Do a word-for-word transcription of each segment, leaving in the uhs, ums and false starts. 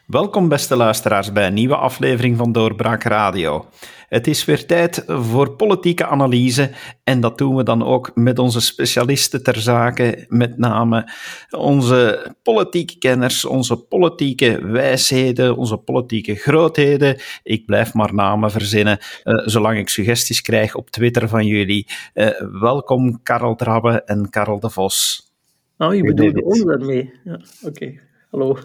Welkom beste luisteraars bij een nieuwe aflevering van Doorbraak Radio. Het is weer tijd voor politieke analyse en dat doen we dan ook met onze specialisten ter zake, met name onze politieke kenners, onze politieke wijsheden, onze politieke grootheden. Ik blijf maar namen verzinnen, uh, zolang ik suggesties krijg op Twitter van jullie. Uh, welkom Karel Drabbe en Karel de Vos. Nou, je bedoelt ons daarmee. Ja, oké. Okay. Hallo.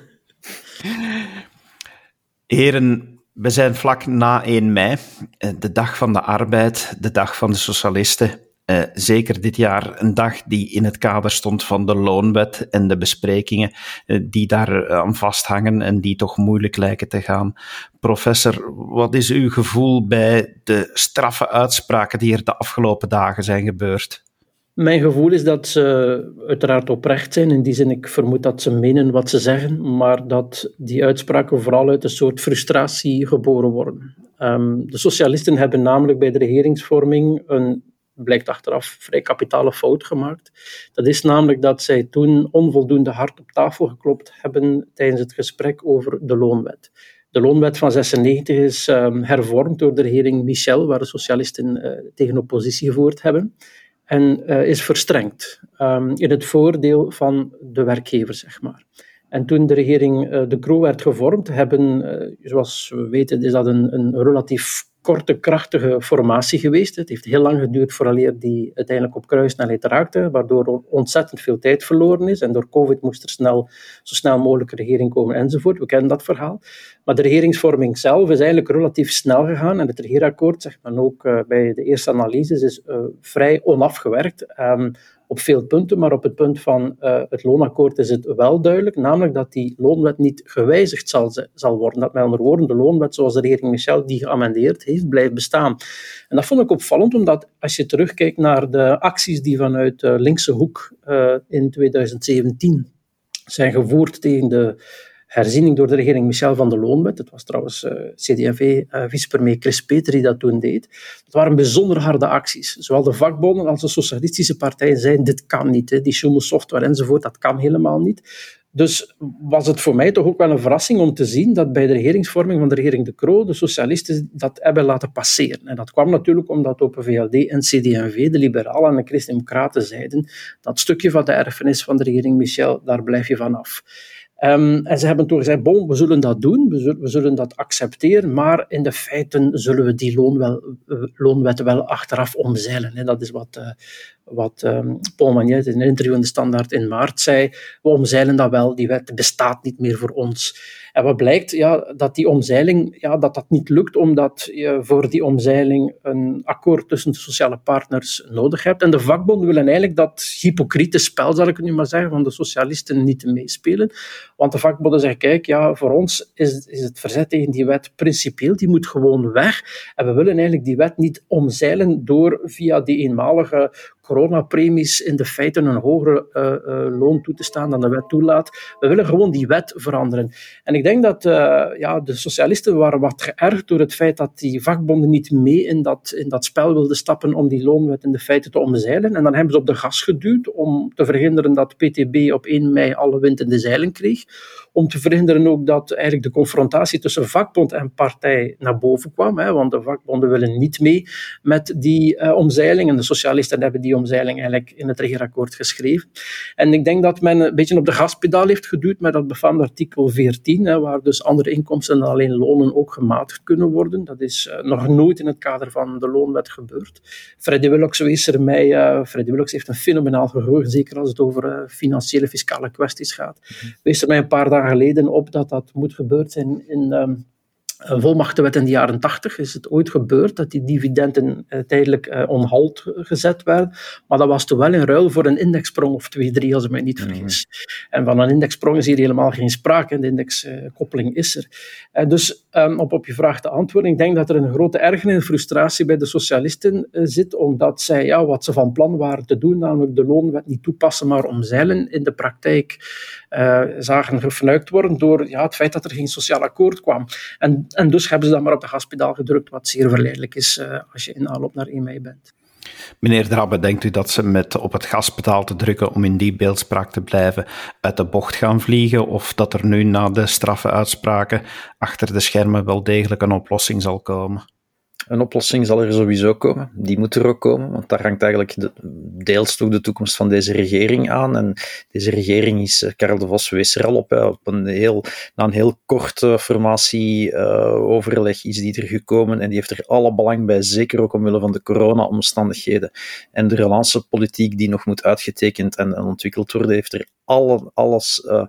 Heren, we zijn vlak na één mei, de dag van de arbeid, de dag van de socialisten. Uh, zeker dit jaar een dag die in het kader stond van de loonwet en de besprekingen uh, die daar aan vasthangen en die toch moeilijk lijken te gaan. Professor, wat is uw gevoel bij de straffe uitspraken die er de afgelopen dagen zijn gebeurd? Mijn gevoel is dat ze uiteraard oprecht zijn. In die zin, ik vermoed dat ze menen wat ze zeggen, maar dat die uitspraken vooral uit een soort frustratie geboren worden. Um, de socialisten hebben namelijk bij de regeringsvorming een, blijkt achteraf, vrij kapitale fout gemaakt. Dat is namelijk dat zij toen onvoldoende hard op tafel geklopt hebben tijdens het gesprek over de loonwet. De loonwet van zesennegentig is um, hervormd door de regering Michel, waar de socialisten uh, tegen oppositie gevoerd hebben. En uh, is verstrengd um, in het voordeel van de werkgever, zeg maar. En toen de regering uh, De Croo werd gevormd, hebben, uh, zoals we weten, is dat een, een relatief korte, krachtige formatie geweest. Het heeft heel lang geduurd vooraleer die uiteindelijk op kruissnelheid raakte, waardoor ontzettend veel tijd verloren is. En door COVID moest er snel, zo snel mogelijk een regering komen enzovoort. We kennen dat verhaal. Maar de regeringsvorming zelf is eigenlijk relatief snel gegaan. En het regeerakkoord, zegt men ook uh, bij de eerste analyses, is uh, vrij onafgewerkt. Um, op veel punten, maar op het punt van uh, het loonakkoord is het wel duidelijk, namelijk dat die loonwet niet gewijzigd zal, zal worden. Dat met andere woorden de loonwet zoals de regering Michel die geamendeerd heeft, blijft bestaan. En dat vond ik opvallend, omdat als je terugkijkt naar de acties die vanuit de linkse hoek uh, in tweeduizend zeventien zijn gevoerd tegen de herziening door de regering Michel van de loonwet. Het was trouwens uh, C D en V-vicepremier uh, Chris Peter die dat toen deed. Dat waren bijzonder harde acties. Zowel de vakbonden als de socialistische partijen zeiden, dit kan niet. Hè. Die Schumel software enzovoort, dat kan helemaal niet. Dus was het voor mij toch ook wel een verrassing om te zien dat bij de regeringsvorming van de regering De Croo de socialisten dat hebben laten passeren. En dat kwam natuurlijk omdat Open V L D en C D en V, de liberalen en de christendemocraten, zeiden dat stukje van de erfenis van de regering Michel, daar blijf je vanaf. Um, en ze hebben toen gezegd, bon, we zullen dat doen, we zullen, we zullen dat accepteren, maar in de feiten zullen we die loon wel, uh, loonwet wel achteraf omzeilen. En dat is wat, uh, wat um, Paul Magnet in een interview in de Standaard in maart zei. We omzeilen dat wel, die wet bestaat niet meer voor ons. En wat blijkt, ja, dat die omzeiling, ja, dat dat niet lukt, omdat je voor die omzeiling een akkoord tussen de sociale partners nodig hebt. En de vakbonden willen eigenlijk dat hypocriete spel, zal ik het nu maar zeggen, van de socialisten niet meespelen. Want de vakbonden zeggen, kijk, ja, voor ons is, is het verzet tegen die wet principieel, die moet gewoon weg. En we willen eigenlijk die wet niet omzeilen door via die eenmalige coronapremies in de feite een hogere uh, uh, loon toe te staan dan de wet toelaat. We willen gewoon die wet veranderen. En ik denk dat uh, ja, de socialisten waren wat geërgerd door het feit dat die vakbonden niet mee in dat, in dat spel wilden stappen om die loonwet in de feite te omzeilen. En dan hebben ze op de gas geduwd om te verhinderen dat P T B op één mei alle wind in de zeilen kreeg. Om te verhinderen ook dat eigenlijk de confrontatie tussen vakbond en partij naar boven kwam. Hè, want de vakbonden willen niet mee met die uh, omzeiling. En de socialisten hebben die omzeiling eigenlijk in het regeerakkoord geschreven. En ik denk dat men een beetje op de gaspedaal heeft geduwd met dat befaamde artikel veertien, hè, waar dus andere inkomsten dan alleen lonen ook gematigd kunnen worden. Dat is uh, nog nooit in het kader van de loonwet gebeurd. Freddy Willocks wees er mij, uh, Freddy Willocks heeft een fenomenaal geheugen, zeker als het over uh, financiële, fiscale kwesties gaat. Mm-hmm. Wees er mij een paar dagen geleden op dat dat moet gebeurd zijn in um, een volmachtenwet in de jaren tachtig. Is het ooit gebeurd dat die dividenden uh, tijdelijk uh, on halt gezet werden. Maar dat was toen wel in ruil voor een indexsprong of twee, drie, als ik mij niet vergis. Mm-hmm. En van een indexsprong is hier helemaal geen sprake. De indexkoppeling uh, is er. Uh, dus um, op, op je vraag te antwoorden, ik denk dat er een grote ergernis en frustratie bij de socialisten uh, zit, omdat zij ja, wat ze van plan waren te doen, namelijk de loonwet niet toepassen, maar omzeilen, in de praktijk uh, zagen gefnuikt worden door ja, het feit dat er geen sociaal akkoord kwam. En En dus hebben ze dan maar op de gaspedaal gedrukt, wat zeer verleidelijk is uh, als je in aanloop naar één mei bent. Meneer Drabbe, denkt u dat ze met op het gaspedaal te drukken om in die beeldspraak te blijven uit de bocht gaan vliegen, of dat er nu na de straffe uitspraken achter de schermen wel degelijk een oplossing zal komen? Een oplossing zal er sowieso komen. Die moet er ook komen, want daar hangt eigenlijk de, deels toch de toekomst van deze regering aan. En deze regering is, Karel de Vos wees er al op, hè, op een heel, na een heel kort uh, formatieoverleg uh, is die er gekomen en die heeft er alle belang bij, zeker ook omwille van de corona-omstandigheden en de relancepolitiek die nog moet uitgetekend en, en ontwikkeld worden, heeft er alle, alles... Uh,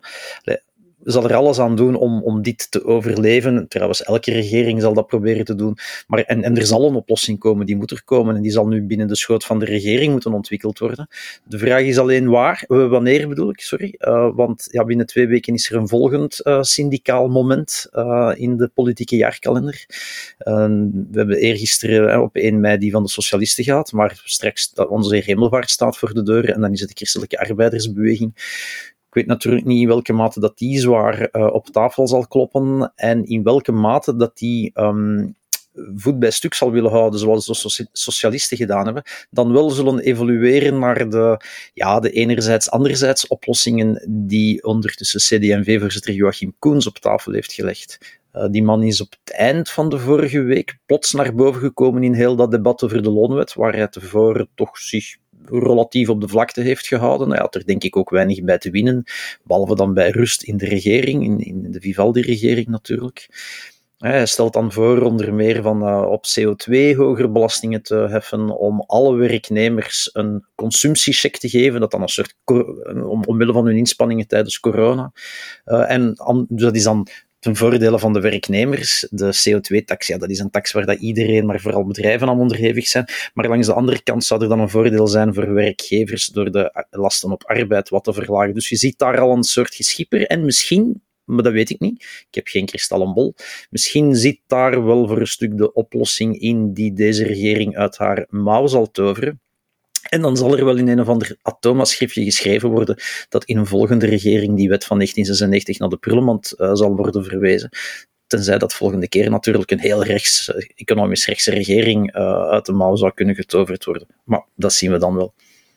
zal er alles aan doen om, om dit te overleven. Trouwens, elke regering zal dat proberen te doen. Maar, en, en er zal een oplossing komen, die moet er komen. En die zal nu binnen de schoot van de regering moeten ontwikkeld worden. De vraag is alleen waar, wanneer bedoel ik, sorry. Uh, want ja, binnen twee weken is er een volgend uh, syndicaal moment uh, in de politieke jaarkalender. Uh, we hebben eergisteren uh, op één mei die van de socialisten gehad, maar straks onze Hemelvaart staat voor de deur en dan is het de Christelijke Arbeidersbeweging. Ik weet natuurlijk niet in welke mate dat die zwaar uh, op tafel zal kloppen en in welke mate dat die um, voet bij stuk zal willen houden, zoals de socialisten gedaan hebben, dan wel zullen evolueren naar de, ja, de enerzijds anderzijds oplossingen die ondertussen C D en V-voorzitter Joachim Koens op tafel heeft gelegd. Uh, die man is op het eind van de vorige week plots naar boven gekomen in heel dat debat over de loonwet, waar hij tevoren toch zich relatief op de vlakte heeft gehouden. Hij had er denk ik ook weinig bij te winnen, behalve dan bij rust in de regering, in, in de Vivaldi-regering natuurlijk. Hij stelt dan voor onder meer van uh, op C O twee hogere belastingen te heffen, om alle werknemers een consumptiecheck te geven, dat dan een soort om, omwille van hun inspanningen tijdens corona. Uh, en um, dat is dan ten voordele van de werknemers. De C O twee tax, ja, dat is een tax waar dat iedereen, maar vooral bedrijven aan onderhevig zijn. Maar langs de andere kant zou er dan een voordeel zijn voor werkgevers door de lasten op arbeid wat te verlagen. Dus je ziet daar al een soort geschieper en misschien, maar dat weet ik niet, ik heb geen kristallenbol, misschien zit daar wel voor een stuk de oplossing in die deze regering uit haar mouw zal toveren. En dan zal er wel in een of ander Atoma-schriftje geschreven worden dat in een volgende regering die wet van negentien zesennegentig naar de prullenmand uh, zal worden verwezen. Tenzij dat volgende keer natuurlijk een heel rechts, uh, economisch rechtse regering uh, uit de mouw zou kunnen getoverd worden. Maar dat zien we dan wel.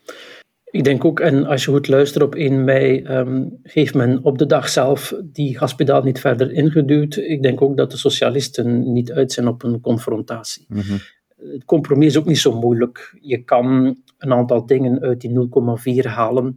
Ik denk ook, en als je goed luistert, op één mei um, heeft men op de dag zelf die gaspedaal niet verder ingeduwd. Ik denk ook dat de socialisten niet uit zijn op een confrontatie. Mm-hmm. Het compromis is ook niet zo moeilijk. Je kan een aantal dingen uit die nul komma vier halen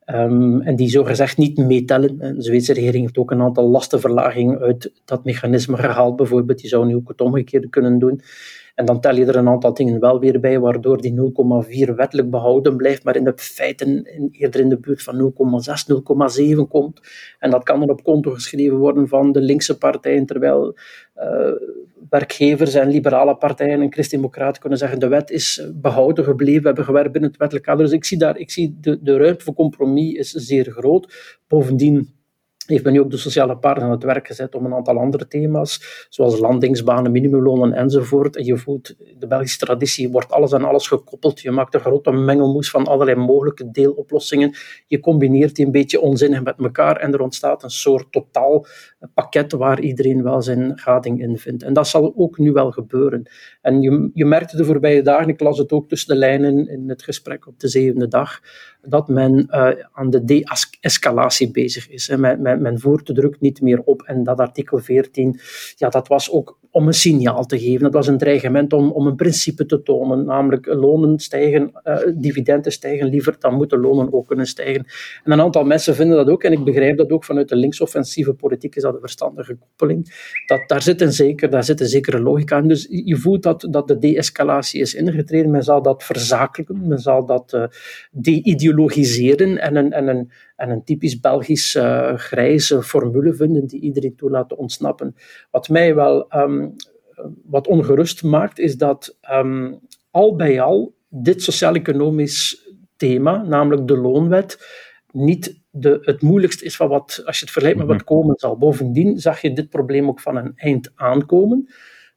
um, en die zogezegd niet meetellen. De Zweedse regering heeft ook een aantal lastenverlagingen uit dat mechanisme gehaald. Bijvoorbeeld, die zou nu ook het omgekeerde kunnen doen. En dan tel je er een aantal dingen wel weer bij, waardoor die nul komma vier wettelijk behouden blijft, maar in de feiten eerder in de buurt van nul komma zes, nul komma zeven komt. En dat kan dan op konto geschreven worden van de linkse partijen, terwijl uh, werkgevers en liberale partijen en christendemocraten kunnen zeggen de wet is behouden gebleven, we hebben gewerkt binnen het wettelijk kader. Dus ik zie daar, ik zie de, de ruimte voor compromis is zeer groot. Bovendien heeft men nu ook de sociale partners aan het werk gezet om een aantal andere thema's, zoals landingsbanen, minimumlonen enzovoort. En je voelt, de Belgische traditie wordt alles aan alles gekoppeld. Je maakt een grote mengelmoes van allerlei mogelijke deeloplossingen. Je combineert die een beetje onzinnig met elkaar en er ontstaat een soort totaal pakket waar iedereen wel zijn gading in vindt. En dat zal ook nu wel gebeuren. En je, je merkte de voorbije dagen, ik las het ook tussen de lijnen in het gesprek op de zevende dag, dat men uh, aan de de-escalatie bezig is. Hè. Men, men, men voert de druk niet meer op. En dat artikel veertien, ja, dat was ook om een signaal te geven. Dat was een dreigement om, om een principe te tonen. Namelijk, lonen stijgen, uh, dividenden stijgen liever, dan moeten lonen ook kunnen stijgen. En een aantal mensen vinden dat ook, en ik begrijp dat ook vanuit de linksoffensieve politiek is dat een verstandige koppeling. Dat, daar, zit een zeker, daar zit een zekere logica in. Dus je voelt dat, dat de de-escalatie is ingetreden. Men zal dat verzakelijken, men zal dat uh, de-ideologiseren en een, en, een, en een typisch Belgisch uh, grijze formule vinden die iedereen toe laten ontsnappen. Wat mij wel um, wat ongerust maakt, is dat um, al bij al dit sociaal-economisch thema, namelijk de loonwet, niet de, het moeilijkste is van wat, als je het vergelijkt met wat komen zal. Bovendien zag je dit probleem ook van een eind aankomen.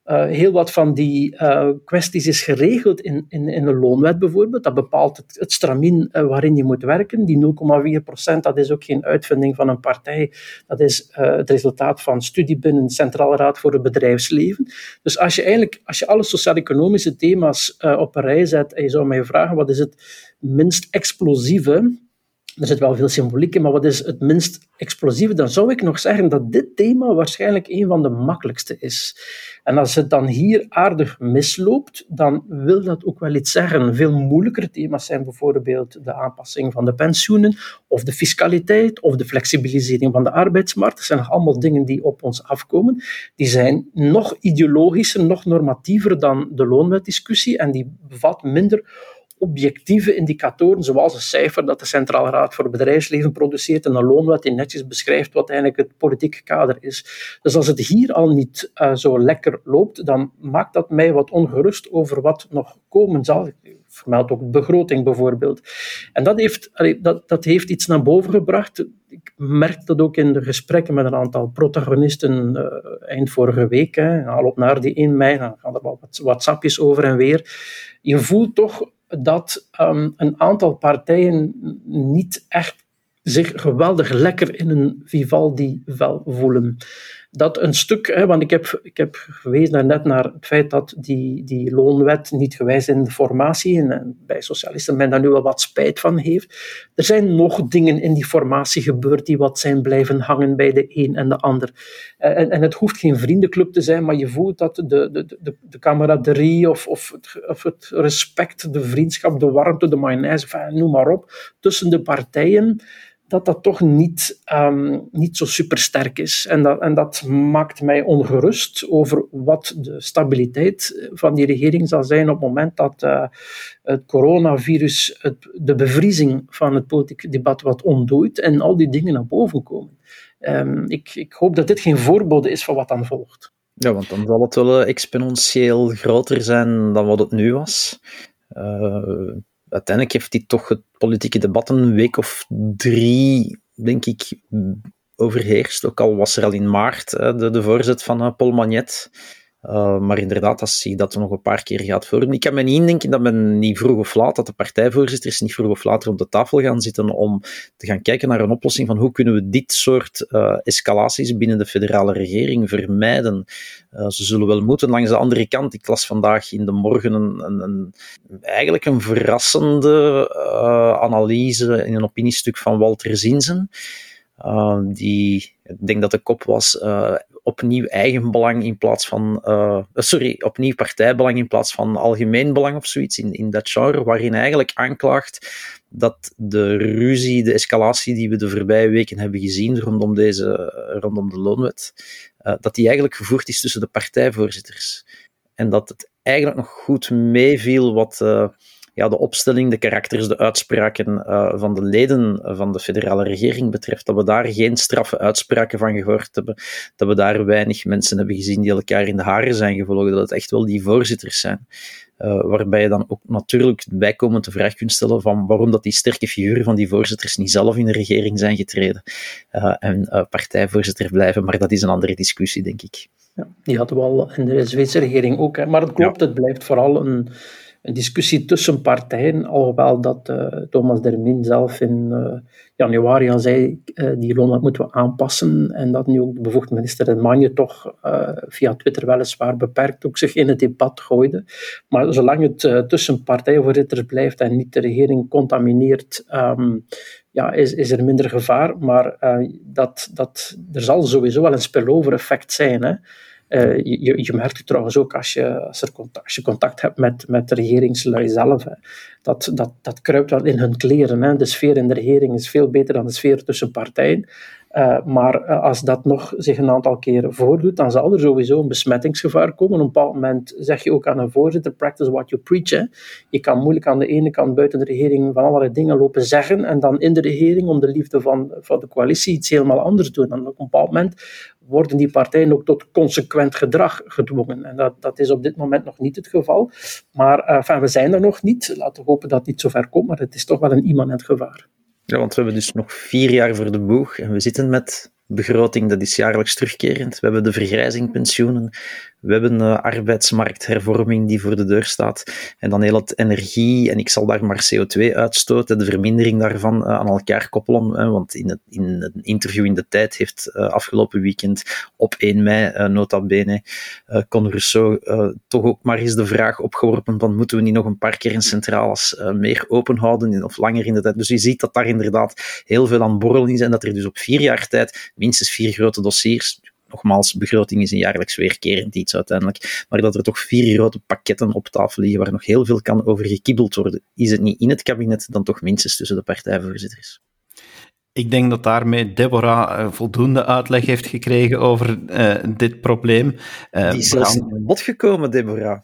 Uh, heel wat van die uh, kwesties is geregeld in, in, in de loonwet bijvoorbeeld. Dat bepaalt het, het stramien uh, waarin je moet werken. Die nul komma vier procent, dat is ook geen uitvinding van een partij. Dat is uh, het resultaat van studie binnen de Centrale Raad voor het Bedrijfsleven. Dus als je eigenlijk, als je alle sociaal-economische thema's uh, op een rij zet en je zou mij vragen wat is het minst explosieve, er zit wel veel symboliek in, maar wat is het minst explosieve, dan zou ik nog zeggen dat dit thema waarschijnlijk een van de makkelijkste is. En als het dan hier aardig misloopt, dan wil dat ook wel iets zeggen. Veel moeilijkere thema's zijn bijvoorbeeld de aanpassing van de pensioenen, of de fiscaliteit, of de flexibilisering van de arbeidsmarkt. Dat zijn nog allemaal dingen die op ons afkomen. Die zijn nog ideologischer, nog normatiever dan de loonwetdiscussie, en die bevat minder objectieve indicatoren, zoals een cijfer dat de Centrale Raad voor het Bedrijfsleven produceert en een loonwet die netjes beschrijft wat eigenlijk het politieke kader is. Dus als het hier al niet uh, zo lekker loopt, dan maakt dat mij wat ongerust over wat nog komen zal. Ik vermeld ook de begroting bijvoorbeeld. En dat heeft, dat, dat heeft iets naar boven gebracht. Ik merk dat ook in de gesprekken met een aantal protagonisten uh, eind vorige week. Hè, al op naar die één mei, dan gaan er wel wat WhatsAppjes over en weer. Je voelt toch dat um, een aantal partijen niet echt zich geweldig lekker in een Vivaldi-vel voelen. Dat een stuk, hè, want ik heb, ik heb gewezen net naar het feit dat die, die loonwet niet gewijs is in de formatie, en, en bij socialisten men daar nu wel wat spijt van heeft. Er zijn nog dingen in die formatie gebeurd die wat zijn blijven hangen bij de een en de ander. En, en het hoeft geen vriendenclub te zijn, maar je voelt dat de, de, de, de camaraderie of, of, het, of het respect, de vriendschap, de warmte, de mayonaise, enfin, noem maar op, tussen de partijen, dat dat toch niet, um, niet zo supersterk is. En dat, en dat maakt mij ongerust over wat de stabiliteit van die regering zal zijn op het moment dat uh, het coronavirus het, de bevriezing van het politieke debat wat ontdooit en al die dingen naar boven komen. Um, ik, ik hoop dat dit geen voorbode is van wat dan volgt. Ja, want dan zal het wel exponentieel groter zijn dan wat het nu was. Uh... Uiteindelijk heeft hij toch het politieke debat een week of drie, denk ik, overheerst. Ook al was er al in maart hè, de, de voorzet van uh, Paul Magnet. Uh, maar inderdaad, als hij dat nog een paar keer gaat voordoen. Ik kan me niet indenken dat men niet vroeg of laat, dat de partijvoorzitters niet vroeg of later op de tafel gaan zitten om te gaan kijken naar een oplossing van hoe kunnen we dit soort uh, escalaties binnen de federale regering vermijden. Uh, ze zullen wel moeten. Langs de andere kant, ik las vandaag in de morgen een, een, een eigenlijk een verrassende uh, analyse in een opiniestuk van Walter Zinzen. Uh, die, ik denk dat de kop was, uh, opnieuw eigenbelang in plaats van, uh, sorry, opnieuw partijbelang in plaats van algemeen belang of zoiets in, in dat genre, waarin hij eigenlijk aanklaagt dat de ruzie, de escalatie die we de voorbije weken hebben gezien rondom, deze, rondom de loonwet, uh, dat die eigenlijk gevoerd is tussen de partijvoorzitters. En dat het eigenlijk nog goed meeviel wat uh, ja, de opstelling, de karakters, de uitspraken uh, van de leden van de federale regering betreft, dat we daar geen straffe uitspraken van gehoord hebben, dat we daar weinig mensen hebben gezien die elkaar in de haren zijn gevlogen, dat het echt wel die voorzitters zijn. Uh, waarbij je dan ook natuurlijk bijkomend de vraag kunt stellen van waarom dat die sterke figuren van die voorzitters niet zelf in de regering zijn getreden uh, en uh, partijvoorzitter blijven, maar dat is een andere discussie, denk ik. Ja, die hadden we al in de Zweedse regering ook, hè. Maar het klopt, ja. Het blijft vooral een Een discussie tussen partijen, alhoewel dat uh, Thomas Dermin zelf in uh, januari al zei, uh, die loonwet moeten we aanpassen, en dat nu ook de bevoegde minister in Manje toch uh, via Twitter weliswaar beperkt ook zich in het debat gooide. Maar zolang het uh, tussen partijvoorzitters blijft en niet de regering contamineert, um, ja, is, is er minder gevaar. Maar uh, dat, dat, er zal sowieso wel een spillover effect zijn, hè. Uh, je, je merkt het trouwens ook als je, als er contact, als je contact hebt met, met de regeringslui zelf. Hè. Dat, dat, dat kruipt wel in hun kleren. Hè. De sfeer in de regering is veel beter dan de sfeer tussen partijen. Uh, maar uh, als dat nog zich een aantal keren voordoet, dan zal er sowieso een besmettingsgevaar komen. Op een bepaald moment zeg je ook aan een voorzitter, practice what you preach. Hè. Je kan moeilijk aan de ene kant buiten de regering van allerlei dingen lopen zeggen en dan in de regering om de liefde van, van de coalitie iets helemaal anders doen. En op een bepaald moment worden die partijen ook tot consequent gedrag gedwongen. En dat, dat is op dit moment nog niet het geval. Maar uh, enfin, we zijn er nog niet. Laten we hopen dat het niet zo ver komt, maar het is toch wel een immanent gevaar. Ja, want we hebben dus nog vier jaar voor de boeg en we zitten met begroting, dat is jaarlijks terugkerend. We hebben de vergrijzing pensioenen, We hebben uh, arbeidsmarkthervorming die voor de deur staat. En dan heel het energie, en ik zal daar maar C O twee uitstoot en de vermindering daarvan uh, aan elkaar koppelen. Uh, want in, het, in een interview in De Tijd heeft uh, afgelopen weekend op één mei, uh, nota bene, uh, Con Rousseau uh, toch ook maar eens de vraag opgeworpen van moeten we niet nog een paar kerncentrales uh, meer open houden of langer in de tijd. Dus je ziet dat daar inderdaad heel veel aan borrelen is en dat er dus op vier jaar tijd minstens vier grote dossiers, nogmaals, begroting is een jaarlijks weerkerend iets uiteindelijk, maar dat er toch vier grote pakketten op tafel liggen waar nog heel veel kan over gekibbeld worden. Is het niet in het kabinet, dan toch minstens tussen de partijvoorzitters. Ik denk dat daarmee Deborah uh, voldoende uitleg heeft gekregen over uh, dit probleem. Uh, Die is zelfs in het bod gekomen, Deborah.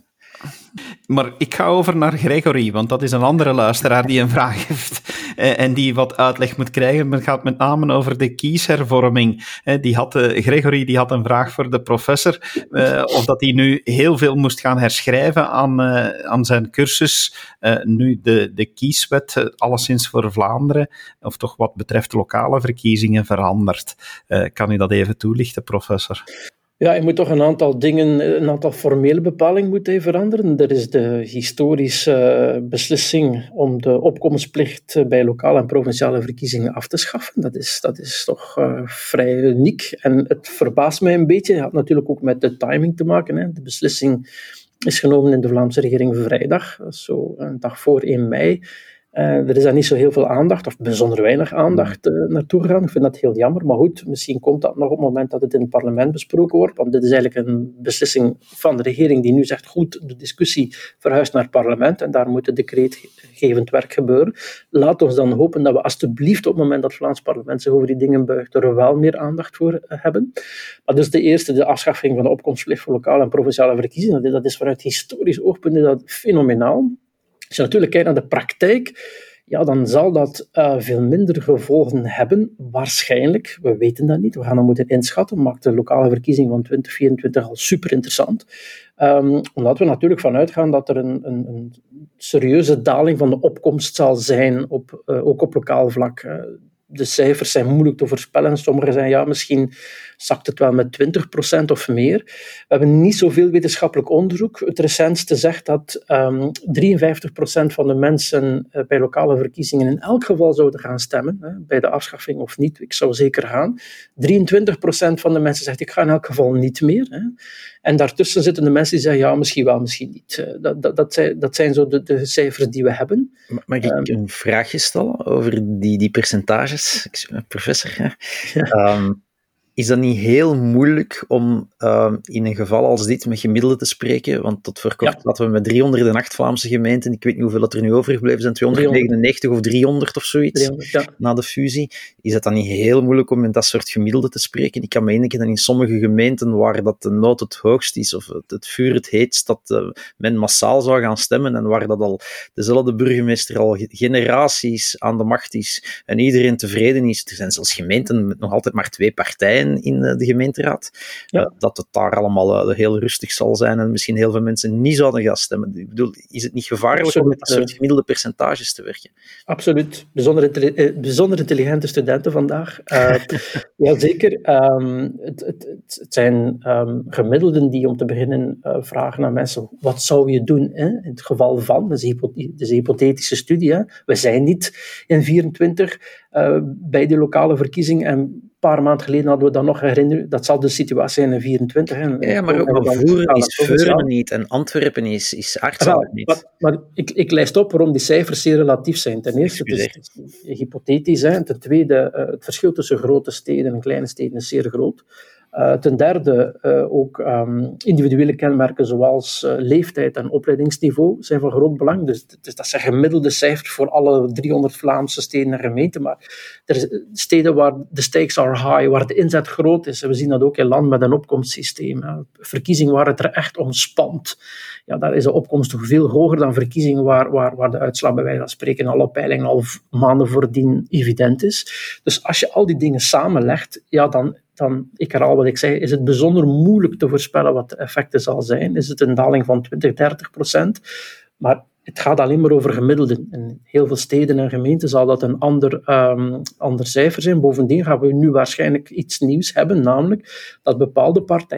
Maar ik ga over naar Gregory, want dat is een andere luisteraar die een vraag heeft en die wat uitleg moet krijgen. Het gaat met name over de kieshervorming. Die had, Gregory die had een vraag voor de professor, of dat hij nu heel veel moest gaan herschrijven aan, aan zijn cursus, nu de, de kieswet alleszins voor Vlaanderen, of toch wat betreft lokale verkiezingen, verandert. Kan u dat even toelichten, professor? Ja, je moet toch een aantal dingen, een aantal formele bepalingen moeten veranderen. Er is de historische beslissing om de opkomstplicht bij lokale en provinciale verkiezingen af te schaffen. Dat is, dat is toch uh, vrij uniek. En het verbaast mij een beetje. Het had natuurlijk ook met de timing te maken. Hè. De beslissing is genomen in de Vlaamse regering vrijdag, zo een dag voor één mei. Uh, er is daar niet zo heel veel aandacht, of bijzonder weinig aandacht uh, naartoe gegaan. Ik vind dat heel jammer, maar goed, misschien komt dat nog op het moment dat het in het parlement besproken wordt, want dit is eigenlijk een beslissing van de regering die nu zegt, goed, de discussie verhuist naar het parlement en daar moet het decreetgevend werk gebeuren. Laat ons dan hopen dat we alsjeblieft op het moment dat het Vlaams parlement zich over die dingen buigt, er wel meer aandacht voor uh, hebben. Maar dus de eerste, de afschaffing van de opkomstplicht voor lokale en provinciale verkiezingen, dat is vanuit historisch oogpunt dat fenomenaal. Als je natuurlijk kijkt naar de praktijk, ja, dan zal dat uh, veel minder gevolgen hebben, waarschijnlijk. We weten dat niet, we gaan dat moeten inschatten. Maakt de lokale verkiezing van twintig vierentwintig al super interessant. Um, omdat we natuurlijk vanuit gaan dat er een, een, een serieuze daling van de opkomst zal zijn, op, uh, ook op lokaal vlak. Uh, de cijfers zijn moeilijk te voorspellen. Sommigen zeggen, ja, misschien zakt het wel met twintig procent of meer. We hebben niet zoveel wetenschappelijk onderzoek. Het recentste zegt dat um, drieënvijftig procent van de mensen uh, bij lokale verkiezingen in elk geval zouden gaan stemmen. Hè, bij de afschaffing of niet, ik zou zeker gaan. drieëntwintig procent van de mensen zegt, ik ga in elk geval niet meer. Hè. En daartussen zitten de mensen die zeggen, ja, misschien wel, misschien niet. Uh, dat, dat, dat, zijn, dat zijn zo de, de cijfers die we hebben. Mag ik um, een vraagje stellen over die, die percentages? Professor, ja. Ja. Um, Is dat niet heel moeilijk om uh, in een geval als dit met gemiddelden te spreken? Want tot voor kort ja. laten we met driehonderdacht Vlaamse gemeenten, ik weet niet hoeveel er nu overgebleven zijn, tweehonderdnegenennegentig of driehonderd of zoiets, driehonderd, ja. na de fusie. Is dat dan niet heel moeilijk om met dat soort gemiddelden te spreken? Ik kan me indenken dat in sommige gemeenten waar dat de nood het hoogst is, of het, het vuur het heetst, dat uh, men massaal zou gaan stemmen en waar dat al dezelfde burgemeester al generaties aan de macht is en iedereen tevreden is. Er zijn zelfs gemeenten met nog altijd maar twee partijen in de gemeenteraad, ja. uh, dat het daar allemaal uh, heel rustig zal zijn en misschien heel veel mensen niet zouden gaan stemmen. Ik bedoel, is het niet gevaarlijk Absoluut. om met dat soort gemiddelde percentages te werken? Absoluut. Bijzonder, intelli- bijzonder intelligente studenten vandaag. Uh, Jazeker. Um, het, het, het zijn um, gemiddelden die om te beginnen uh, vragen aan mensen, wat zou je doen hè? In het geval van, dat is een hypothetische studie, hè? We zijn niet in vierentwintig uh, bij de lokale verkiezing en een paar maanden geleden hadden we dat nog herinneren. Dat zal de situatie zijn in vierentwintig. Hè. Ja, maar ook maar Voeren is Veuren niet en Antwerpen is, is Artzaal niet. Maar, maar ik, ik lijst op waarom die cijfers zeer relatief zijn. Ten eerste, het is, het is hypothetisch. Hè. Ten tweede, uh, het verschil tussen grote steden en kleine steden is zeer groot. Uh, ten derde, uh, ook um, individuele kenmerken zoals uh, leeftijd en opleidingsniveau zijn van groot belang. Dus, dus dat zijn gemiddelde cijfers voor alle driehonderd Vlaamse steden en gemeenten. Maar er zijn steden waar de stakes are high, waar de inzet groot is. En we zien dat ook in landen met een opkomstsysteem. Hè. Verkiezingen waar het er echt om spant. Ja, daar is de opkomst toch veel hoger dan verkiezingen waar, waar, waar de uitslag bij wijze van spreken alle peilingen al maanden voordien evident is. Dus als je al die dingen samenlegt, ja, dan... dan, ik herhaal wat ik zei, is het bijzonder moeilijk te voorspellen wat de effecten zal zijn. Is het een daling van twintig, dertig procent? Maar het gaat alleen maar over gemiddelden. In heel veel steden en gemeenten zal dat een ander, um, ander cijfer zijn. Bovendien gaan we nu waarschijnlijk iets nieuws hebben, namelijk dat bepaalde partijen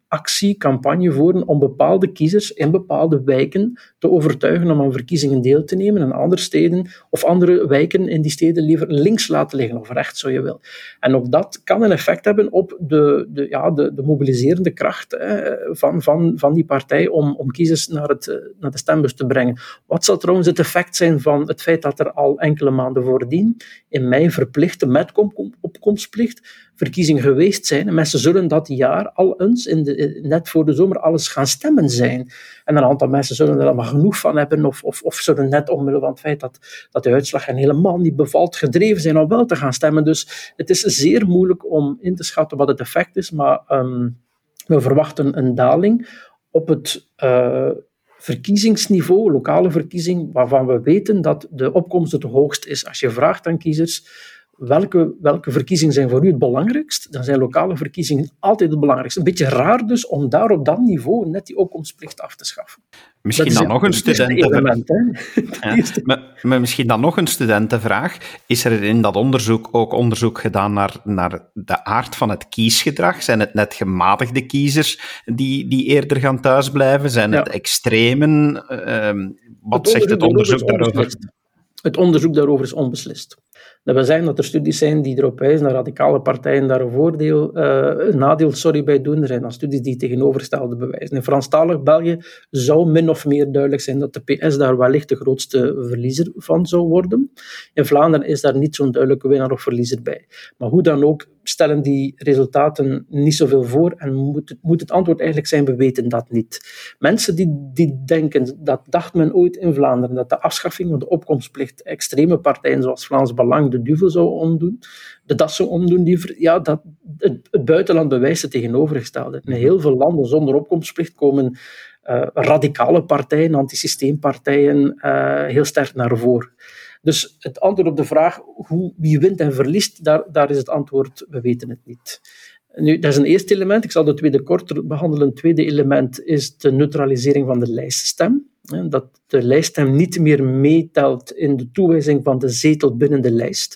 actie, campagne voeren om bepaalde kiezers in bepaalde wijken te overtuigen om aan verkiezingen deel te nemen en andere steden of andere wijken in die steden liever links laten liggen of rechts, zo je wil. En ook dat kan een effect hebben op de, de, ja, de, de mobiliserende kracht hè, van, van, van die partij om, om kiezers naar, het, naar de stembus te brengen. Wat zal trouwens het effect zijn van het feit dat er al enkele maanden voordien in mei verplichte met opkomstplicht verkiezingen geweest zijn en mensen zullen dat jaar al eens in de, net voor de zomer alles gaan stemmen zijn. En een aantal mensen zullen er allemaal genoeg van hebben of, of, of zullen net omwille van het feit dat, dat de uitslag hen helemaal niet bevalt gedreven zijn om wel te gaan stemmen. Dus het is zeer moeilijk om in te schatten wat het effect is, maar um, we verwachten een daling op het uh, verkiezingsniveau, lokale verkiezing, waarvan we weten dat de opkomst het hoogst is. Als je vraagt aan kiezers welke, welke verkiezingen zijn voor u het belangrijkst, dan zijn lokale verkiezingen altijd het belangrijkste. Een beetje raar dus om daar op dat niveau net die opkomstplicht af te schaffen. Misschien dan nog een studentenvraag. Ja, maar, maar misschien dan nog een studentenvraag. Is er in dat onderzoek ook onderzoek gedaan naar, naar de aard van het kiesgedrag? Zijn het net gematigde kiezers die, die eerder gaan thuisblijven? Zijn het ja. extremen? Uh, wat het zegt het onderzoek daarover? Het onderzoek daarover is onbeslist. Dat wil zeggen dat er studies zijn die erop wijzen dat radicale partijen daar een, voordeel, uh, een nadeel sorry, bij doen. Er zijn dan studies die tegenovergestelde bewijzen. In Franstalig België zou min of meer duidelijk zijn dat de P S daar wellicht de grootste verliezer van zou worden. In Vlaanderen is daar niet zo'n duidelijke winnaar of verliezer bij. Maar hoe dan ook stellen die resultaten niet zoveel voor en moet het, moet het antwoord eigenlijk zijn, we weten dat niet. Mensen die, die denken, dat dacht men ooit in Vlaanderen, dat de afschaffing van de opkomstplicht extreme partijen zoals Vlaams Belang de duvel zou omdoen, de dat zou omdoen, die, ja, dat, het, het buitenland bewijst het tegenovergestelde. In heel veel landen zonder opkomstplicht komen uh, radicale partijen, antisysteempartijen, uh, heel sterk naar voren. Dus het antwoord op de vraag hoe, wie wint en verliest, daar, daar is het antwoord, we weten het niet. Nu, dat is een eerste element. Ik zal de tweede korter behandelen. Een tweede element is de neutralisering van de lijststem. Dat de lijststem niet meer meetelt in de toewijzing van de zetel binnen de lijst.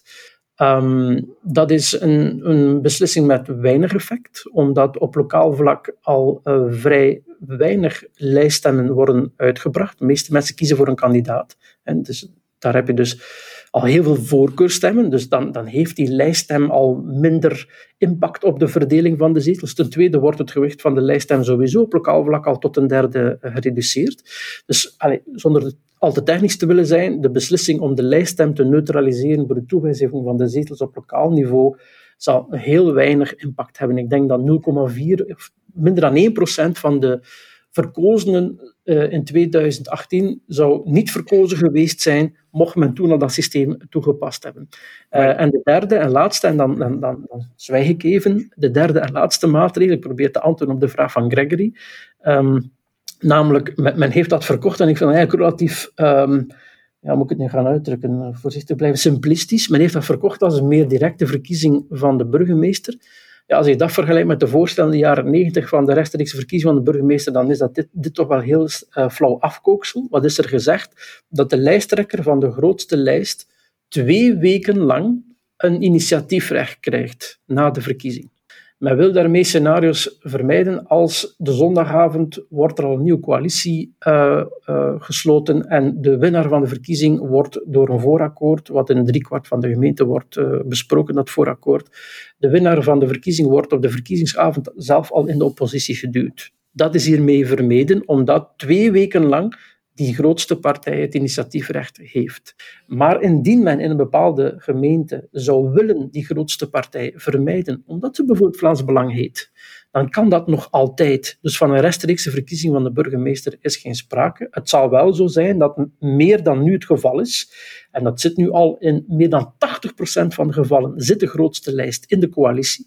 Um, dat is een, een beslissing met weinig effect, omdat op lokaal vlak al uh, vrij weinig lijststemmen worden uitgebracht. De meeste mensen kiezen voor een kandidaat. En dus daar heb je dus al heel veel voorkeurstemmen, dus dan, dan heeft die lijststem al minder impact op de verdeling van de zetels. Ten tweede wordt het gewicht van de lijststem sowieso op lokaal vlak al tot een derde gereduceerd. Dus allez, zonder al te technisch te willen zijn, de beslissing om de lijststem te neutraliseren voor de toewijzing van de zetels op lokaal niveau zal heel weinig impact hebben. Ik denk dat nul komma vier of minder dan één procent van de verkozenen uh, in tweeduizend achttien zou niet verkozen geweest zijn, mocht men toen al dat systeem toegepast hebben. Uh, en de derde en laatste, en dan, dan, dan, dan zwijg ik even, de derde en laatste maatregel, ik probeer te antwoorden op de vraag van Gregory, um, namelijk, men, men heeft dat verkocht, en ik vind het eigenlijk relatief, um, ja, moet ik het nu gaan uitdrukken, voorzichtig blijven, simplistisch. Men heeft dat verkocht als een meer directe verkiezing van de burgemeester. Ja, als je dat vergelijkt met de voorstellen in de jaren negentig van de rechtstreekse verkiezing van de burgemeester, dan is dat dit, dit toch wel heel uh, flauw afkooksel. Wat is er gezegd? Dat de lijsttrekker van de grootste lijst twee weken lang een initiatiefrecht krijgt na de verkiezing. Men wil daarmee scenario's vermijden als de zondagavond wordt er al een nieuwe coalitie uh, uh, gesloten en de winnaar van de verkiezing wordt door een voorakkoord, wat in driekwart van de gemeente wordt uh, besproken, dat voorakkoord, de winnaar van de verkiezing wordt op de verkiezingsavond zelf al in de oppositie geduwd. Dat is hiermee vermeden, omdat twee weken lang die grootste partij het initiatiefrecht heeft. Maar indien men in een bepaalde gemeente zou willen die grootste partij vermijden, omdat ze bijvoorbeeld Vlaams Belang heet, dan kan dat nog altijd. Dus van een rechtstreekse verkiezing van de burgemeester is geen sprake. Het zal wel zo zijn dat meer dan nu het geval is, en dat zit nu al in meer dan tachtig procent van de gevallen, zit de grootste lijst in de coalitie.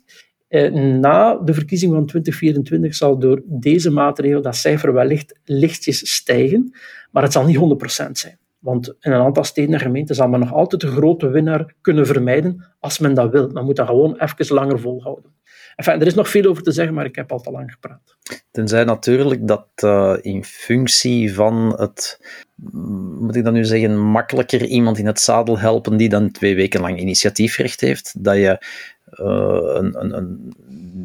Na de verkiezing van twintig vierentwintig zal door deze maatregel dat cijfer wellicht lichtjes stijgen, maar het zal niet honderd procent zijn. Want in een aantal steden en gemeenten zal men nog altijd de grote winnaar kunnen vermijden als men dat wil. Men moet dat gewoon even langer volhouden. Enfin, er is nog veel over te zeggen, maar ik heb al te lang gepraat. Tenzij natuurlijk dat uh, in functie van het, moet ik dan nu zeggen, makkelijker iemand in het zadel helpen die dan twee weken lang initiatiefrecht heeft, dat je uh, een, een, een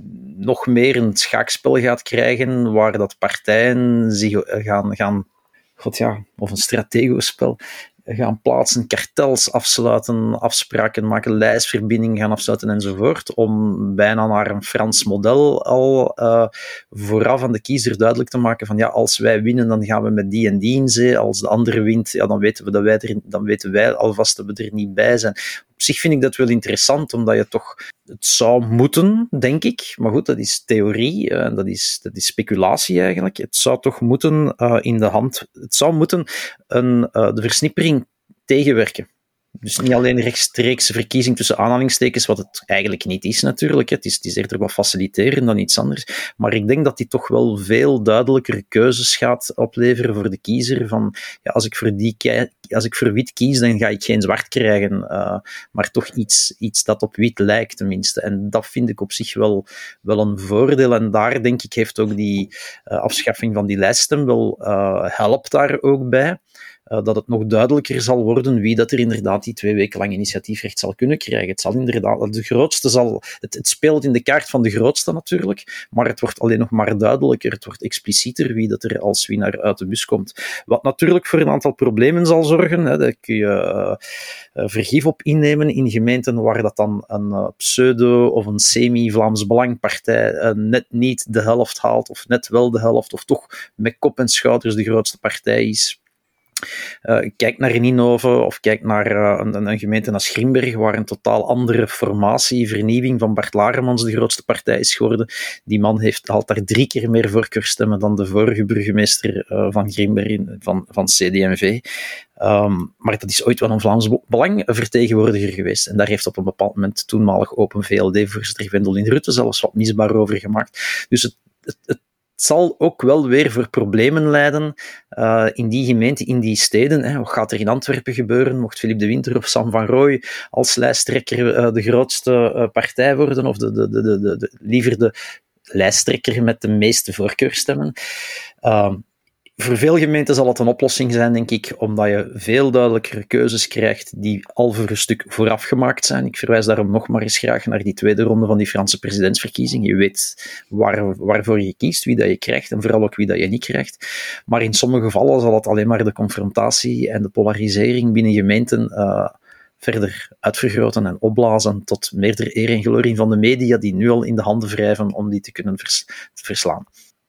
nog meer een schaakspel gaat krijgen, waar dat partijen zich gaan, gaan god ja, of een strategospel, gaan plaatsen, kartels afsluiten, afspraken maken, lijstverbindingen gaan afsluiten enzovoort, om bijna naar een Frans model al uh, vooraf aan de kiezer duidelijk te maken van ja, als wij winnen, dan gaan we met die en die in zee, als de andere wint, ja, dan weten we dat wij er, dan weten wij alvast dat we er niet bij zijn. Op zich vind ik dat wel interessant, omdat je toch, het zou moeten, denk ik, maar goed, dat is theorie, uh, dat, is, dat is speculatie eigenlijk, het zou toch moeten uh, in de hand, het zou moeten een, uh, de versnippering tegenwerken. Dus niet alleen rechtstreekse verkiezing tussen aanhalingstekens, wat het eigenlijk niet is natuurlijk. Het is, het is eerder wat faciliteren dan iets anders. Maar ik denk dat die toch wel veel duidelijkere keuzes gaat opleveren voor de kiezer. Van, ja, als ik voor die als ik voor wit kies, dan ga ik geen zwart krijgen. Uh, maar toch iets, iets dat op wit lijkt tenminste. En dat vind ik op zich wel, wel een voordeel. En daar denk ik heeft ook die uh, afschaffing van die lijststem wel uh, helpt daar ook bij. Uh, dat het nog duidelijker zal worden wie dat er inderdaad die twee weken lang initiatiefrecht zal kunnen krijgen. Het zal inderdaad, de grootste zal, het, het speelt in de kaart van de grootste natuurlijk, maar het wordt alleen nog maar duidelijker, het wordt explicieter wie dat er als winnaar uit de bus komt. Wat natuurlijk voor een aantal problemen zal zorgen, hè, daar kun je uh, uh, vergif op innemen in gemeenten waar dat dan een uh, pseudo- of een semi-Vlaams Belangpartij uh, net niet de helft haalt, of net wel de helft, of toch met kop en schouders de grootste partij is. Uh, kijk naar Ninove of kijk naar uh, een, een gemeente als Grimberg, waar een totaal andere formatie, vernieuwing van Bart Laremans de grootste partij is geworden. Die man heeft, haalt daar drie keer meer voorkeurstemmen dan de vorige burgemeester uh, van Grimberg, van, van C D M V. Um, maar dat is ooit wel een Vlaams Belangvertegenwoordiger geweest. En daar heeft op een bepaald moment toenmalig Open V L D-voorzitter Gwendoline Rutte zelfs wat misbaar over gemaakt. Dus het, het, het Het zal ook wel weer voor problemen leiden uh, in die gemeenten, in die steden. Hè. Wat gaat er in Antwerpen gebeuren? Mocht Philippe de Winter of Sam van Rooij als lijsttrekker uh, de grootste uh, partij worden, of de, de, de, de, de, de, liever de lijsttrekker met de meeste voorkeurstemmen? Uh, Voor veel gemeenten zal het een oplossing zijn, denk ik, omdat je veel duidelijkere keuzes krijgt die al voor een stuk vooraf gemaakt zijn. Ik verwijs daarom nog maar eens graag naar die tweede ronde van die Franse presidentsverkiezing. Je weet waar, waarvoor je kiest, wie dat je krijgt en vooral ook wie dat je niet krijgt. Maar in sommige gevallen zal het alleen maar de confrontatie en de polarisering binnen gemeenten uh, verder uitvergroten en opblazen tot meerdere eer en glorie van de media die nu al in de handen wrijven om die te kunnen vers- verslaan.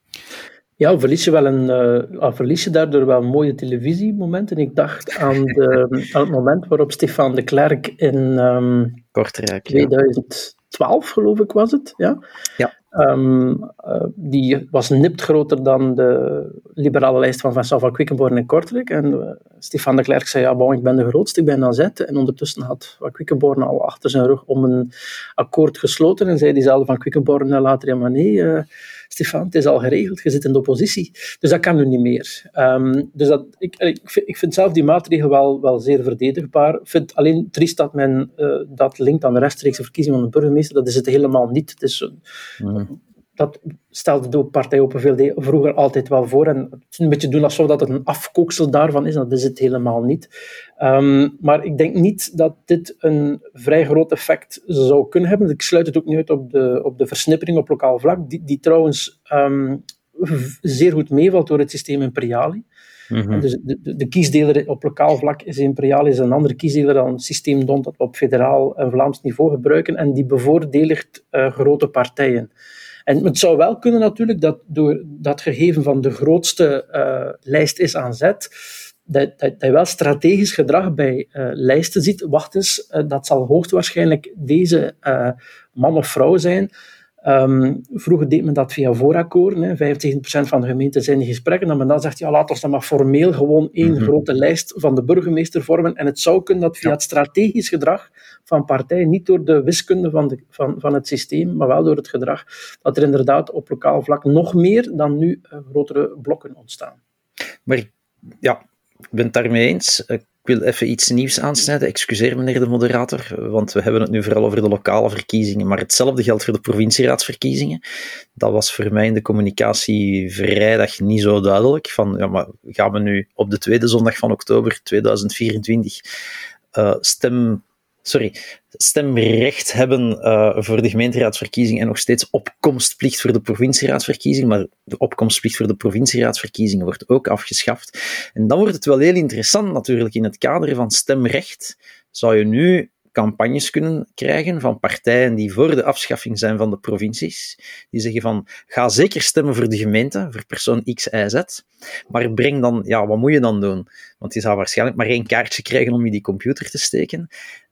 Ja, verlies je, wel een, uh, verlies je daardoor wel mooie televisiemomenten. Ik dacht aan, de, aan het moment waarop Stefan de Klerk in um, Kortrijk, tweeduizend twaalf, ja. geloof ik, was het. Ja. ja. Um, uh, die was nipt groter dan de liberale lijst van Vincent van Quickenborne in Kortrijk. En uh, Stefan de Klerk zei, ja, bon, ik ben de grootste, ik ben aan zet. En ondertussen had Van Quickenborne al achter zijn rug om een akkoord gesloten. En zei diezelfde Van Quickenborne later, ja, maar nee, uh, Stefan, het is al geregeld, je zit in de oppositie. Dus dat kan nu niet meer. Um, dus dat, ik, ik, vind, ik vind zelf die maatregel wel, wel zeer verdedigbaar. Ik vind alleen triest dat men uh, dat linkt aan de rechtstreekse verkiezing van de burgemeester. Dat is het helemaal niet. Het is een, mm. Dat stelde de partij Open V L D vroeger altijd wel voor. En het is een beetje doen alsof dat het een afkooksel daarvan is. Dat is het helemaal niet. Um, maar ik denk niet dat dit een vrij groot effect zou kunnen hebben. Ik sluit het ook niet uit op de, op de versnippering op lokaal vlak, die, die trouwens um, zeer goed meevalt door het systeem Imperiali. Mm-hmm. Dus de, de, de kiesdeler op lokaal vlak is Imperiali is een andere kiesdeler dan het systeem D O N dat we op federaal en Vlaams niveau gebruiken. En die bevoordeelt uh, grote partijen. En het zou wel kunnen natuurlijk dat door dat gegeven van de grootste uh, lijst is aan zet, dat, dat, dat je wel strategisch gedrag bij uh, lijsten ziet. Wacht eens, uh, dat zal hoogstwaarschijnlijk deze uh, man of vrouw zijn. Um, vroeger deed men dat via voorakkoorden. vijfenzeventig procent van de gemeenten zijn in gesprekken. En men dan zegt, ja, laat ons dan maar formeel gewoon één mm-hmm. grote lijst van de burgemeester vormen. En het zou kunnen dat via ja. het strategisch gedrag van partijen, niet door de wiskunde van, de, van, van het systeem, maar wel door het gedrag, dat er inderdaad op lokaal vlak nog meer dan nu uh, grotere blokken ontstaan. Maar ja, ik ben het daarmee eens. Ik wil even iets nieuws aansnijden. Excuseer, meneer de moderator, want we hebben het nu vooral over de lokale verkiezingen, maar hetzelfde geldt voor de provincieraadsverkiezingen. Dat was voor mij in de communicatie vrijdag niet zo duidelijk. Van, ja, maar gaan we nu op de tweede zondag van oktober tweeduizend vierentwintig uh, stem sorry, stemrecht hebben uh, voor de gemeenteraadsverkiezing en nog steeds opkomstplicht voor de provincieraadsverkiezing, maar de opkomstplicht voor de provincieraadsverkiezingen wordt ook afgeschaft. En dan wordt het wel heel interessant natuurlijk. In het kader van stemrecht zou je nu campagnes kunnen krijgen van partijen die voor de afschaffing zijn van de provincies. Die zeggen van, ga zeker stemmen voor de gemeente, voor persoon X, Y, Z. Maar breng dan, ja, wat moet je dan doen? Want je zou waarschijnlijk maar één kaartje krijgen om in die computer te steken.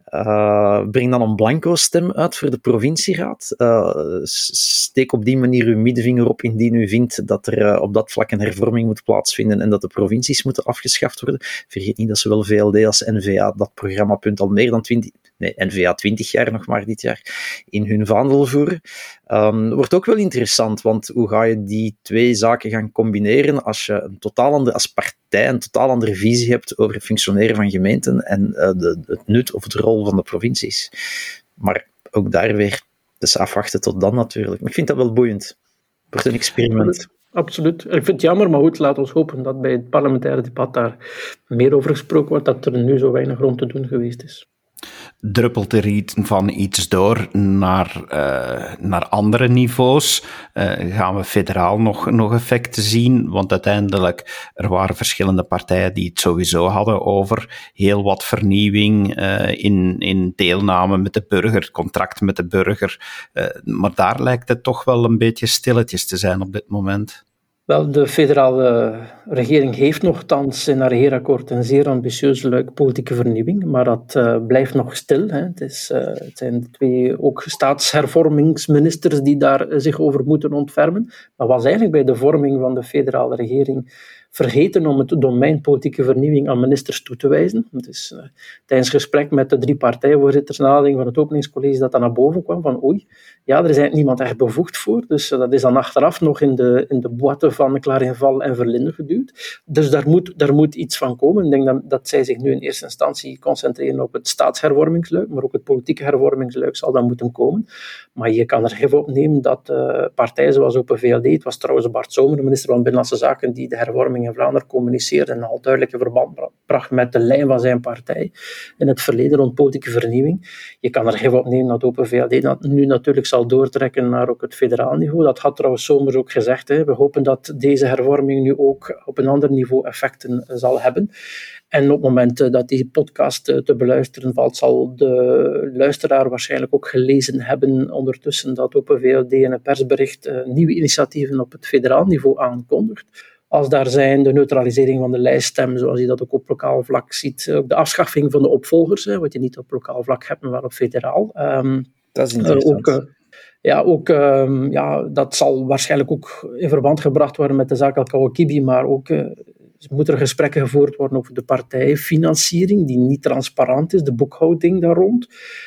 Uh, breng dan een blanco stem uit voor de provincieraad. Uh, steek op die manier uw middenvinger op indien u vindt dat er uh, op dat vlak een hervorming moet plaatsvinden en dat de provincies moeten afgeschaft worden. Vergeet niet dat zowel V L D als N V A dat programmapunt al meer dan twintig, nee, N V A twintig jaar nog maar dit jaar, in hun vaandel voeren. Um, wordt ook wel interessant, want hoe ga je die twee zaken gaan combineren als je een totaal andere, als partij een totaal andere visie hebt over het functioneren van gemeenten en uh, de, het nut of de rol van de provincies. Maar ook daar weer, dus afwachten tot dan natuurlijk. Maar ik vind dat wel boeiend. Het wordt een experiment. Absoluut. Ik vind het jammer, maar goed, laten we hopen dat bij het parlementaire debat daar meer over gesproken wordt, dat er nu zo weinig rond te doen geweest is. Druppelt er iets van iets door naar, uh, naar andere niveaus? Uh, gaan we federaal nog, nog effecten zien? Want uiteindelijk, er waren verschillende partijen die het sowieso hadden over heel wat vernieuwing uh, in, in deelname met de burger, contract met de burger. Uh, maar daar lijkt het toch wel een beetje stilletjes te zijn op dit moment. Wel, de federale regering heeft nogthans in haar regeerakkoord een zeer ambitieuze luik politieke vernieuwing, maar dat uh, blijft nog stil. Hè. Het, is, uh, het zijn de twee ook staatshervormingsministers die daar uh, zich over moeten ontfermen. Dat was eigenlijk bij de vorming van de federale regering vergeten om het domein politieke vernieuwing aan ministers toe te wijzen. Het is uh, tijdens gesprek met de drie partijvoorzitters nadenken van het openingscollege dat dat naar boven kwam van oei, ja, er is eigenlijk niemand echt bevoegd voor, dus uh, dat is dan achteraf nog in de, in de boîte van Clarinval en Verlinde geduwd. Dus daar moet, daar moet iets van komen. Ik denk dat, dat zij zich nu in eerste instantie concentreren op het staatshervormingsluik, maar ook het politieke hervormingsluik zal dan moeten komen. Maar je kan er even op nemen dat uh, partijen zoals Open V L D, het was trouwens Bart Zomer, de minister van Binnenlandse Zaken, die de hervorming in Vlaanderen communiceerde en al duidelijk in verband bracht met de lijn van zijn partij in het verleden rond politieke vernieuwing. Je kan er even op nemen dat Open V L D dat nu natuurlijk zal doortrekken naar ook het federaal niveau. Dat had trouwens Somers ook gezegd. Hè. We hopen dat deze hervorming nu ook op een ander niveau effecten zal hebben. En op het moment dat die podcast te beluisteren valt, zal de luisteraar waarschijnlijk ook gelezen hebben ondertussen dat Open V L D in een persbericht nieuwe initiatieven op het federaal niveau aankondigt. Als daar zijn de neutralisering van de lijststem, zoals je dat ook op lokaal vlak ziet, ook de afschaffing van de opvolgers, hè, wat je niet op lokaal vlak hebt, maar wel op federaal. Um, dat is interessant. Uh, ook, uh, ja, ook, um, ja, dat zal waarschijnlijk ook in verband gebracht worden met de zaak El-Kawakibi, maar ook uh, moeten er gesprekken gevoerd worden over de partijfinanciering, die niet transparant is, de boekhouding daar rond.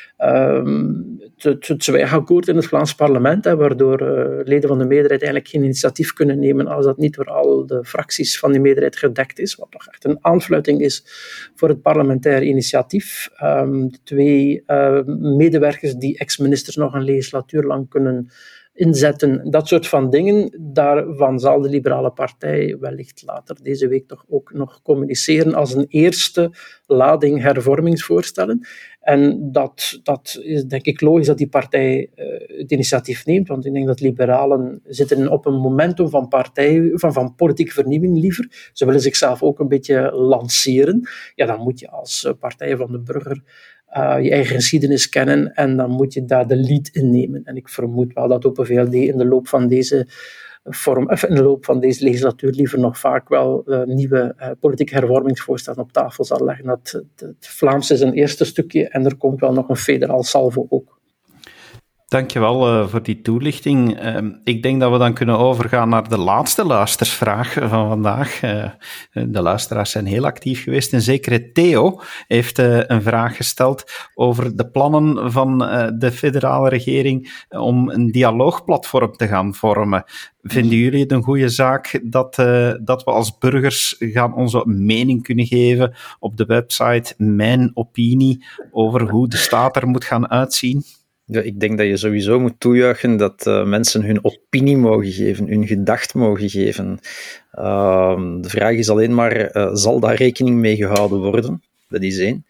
Um, het, het zwijgakkoord in het Vlaams parlement, hè, waardoor uh, leden van de meerderheid eigenlijk geen initiatief kunnen nemen als dat niet door al de fracties van die meerderheid gedekt is, wat toch echt een aanfluiting is voor het parlementair initiatief. Um, de twee uh, medewerkers die ex-ministers nog een legislatuur lang kunnen inzetten, dat soort van dingen, daarvan zal de Liberale Partij wellicht later deze week toch ook nog communiceren als een eerste lading hervormingsvoorstellen. En dat, dat is denk ik logisch dat die partij uh, het initiatief neemt, want ik denk dat liberalen zitten op een momentum van, partij, van, van politieke vernieuwing liever. Ze willen zichzelf ook een beetje lanceren. Ja, dan moet je als partij van de burger Uh, je eigen geschiedenis kennen en dan moet je daar de lead in nemen. En ik vermoed wel dat Open V L D in de loop van deze vorm, in de loop van deze legislatuur liever nog vaak wel uh, nieuwe uh, politieke hervormingsvoorstellen op tafel zal leggen. Dat, het, het Vlaams is een eerste stukje en er komt wel nog een federaal salvo ook. Dankjewel uh, voor die toelichting. Uh, ik denk dat we dan kunnen overgaan naar de laatste luistersvraag van vandaag. Uh, de luisteraars zijn heel actief geweest en zeker Theo heeft uh, een vraag gesteld over de plannen van uh, de federale regering om een dialoogplatform te gaan vormen. Vinden jullie het een goede zaak dat, uh, dat we als burgers gaan onze mening kunnen geven op de website Mijn Opinie over hoe de staat er moet gaan uitzien? Ja, ik denk dat je sowieso moet toejuichen dat uh, mensen hun opinie mogen geven, hun gedacht mogen geven. Uh, de vraag is alleen maar, uh, zal daar rekening mee gehouden worden? Dat is één.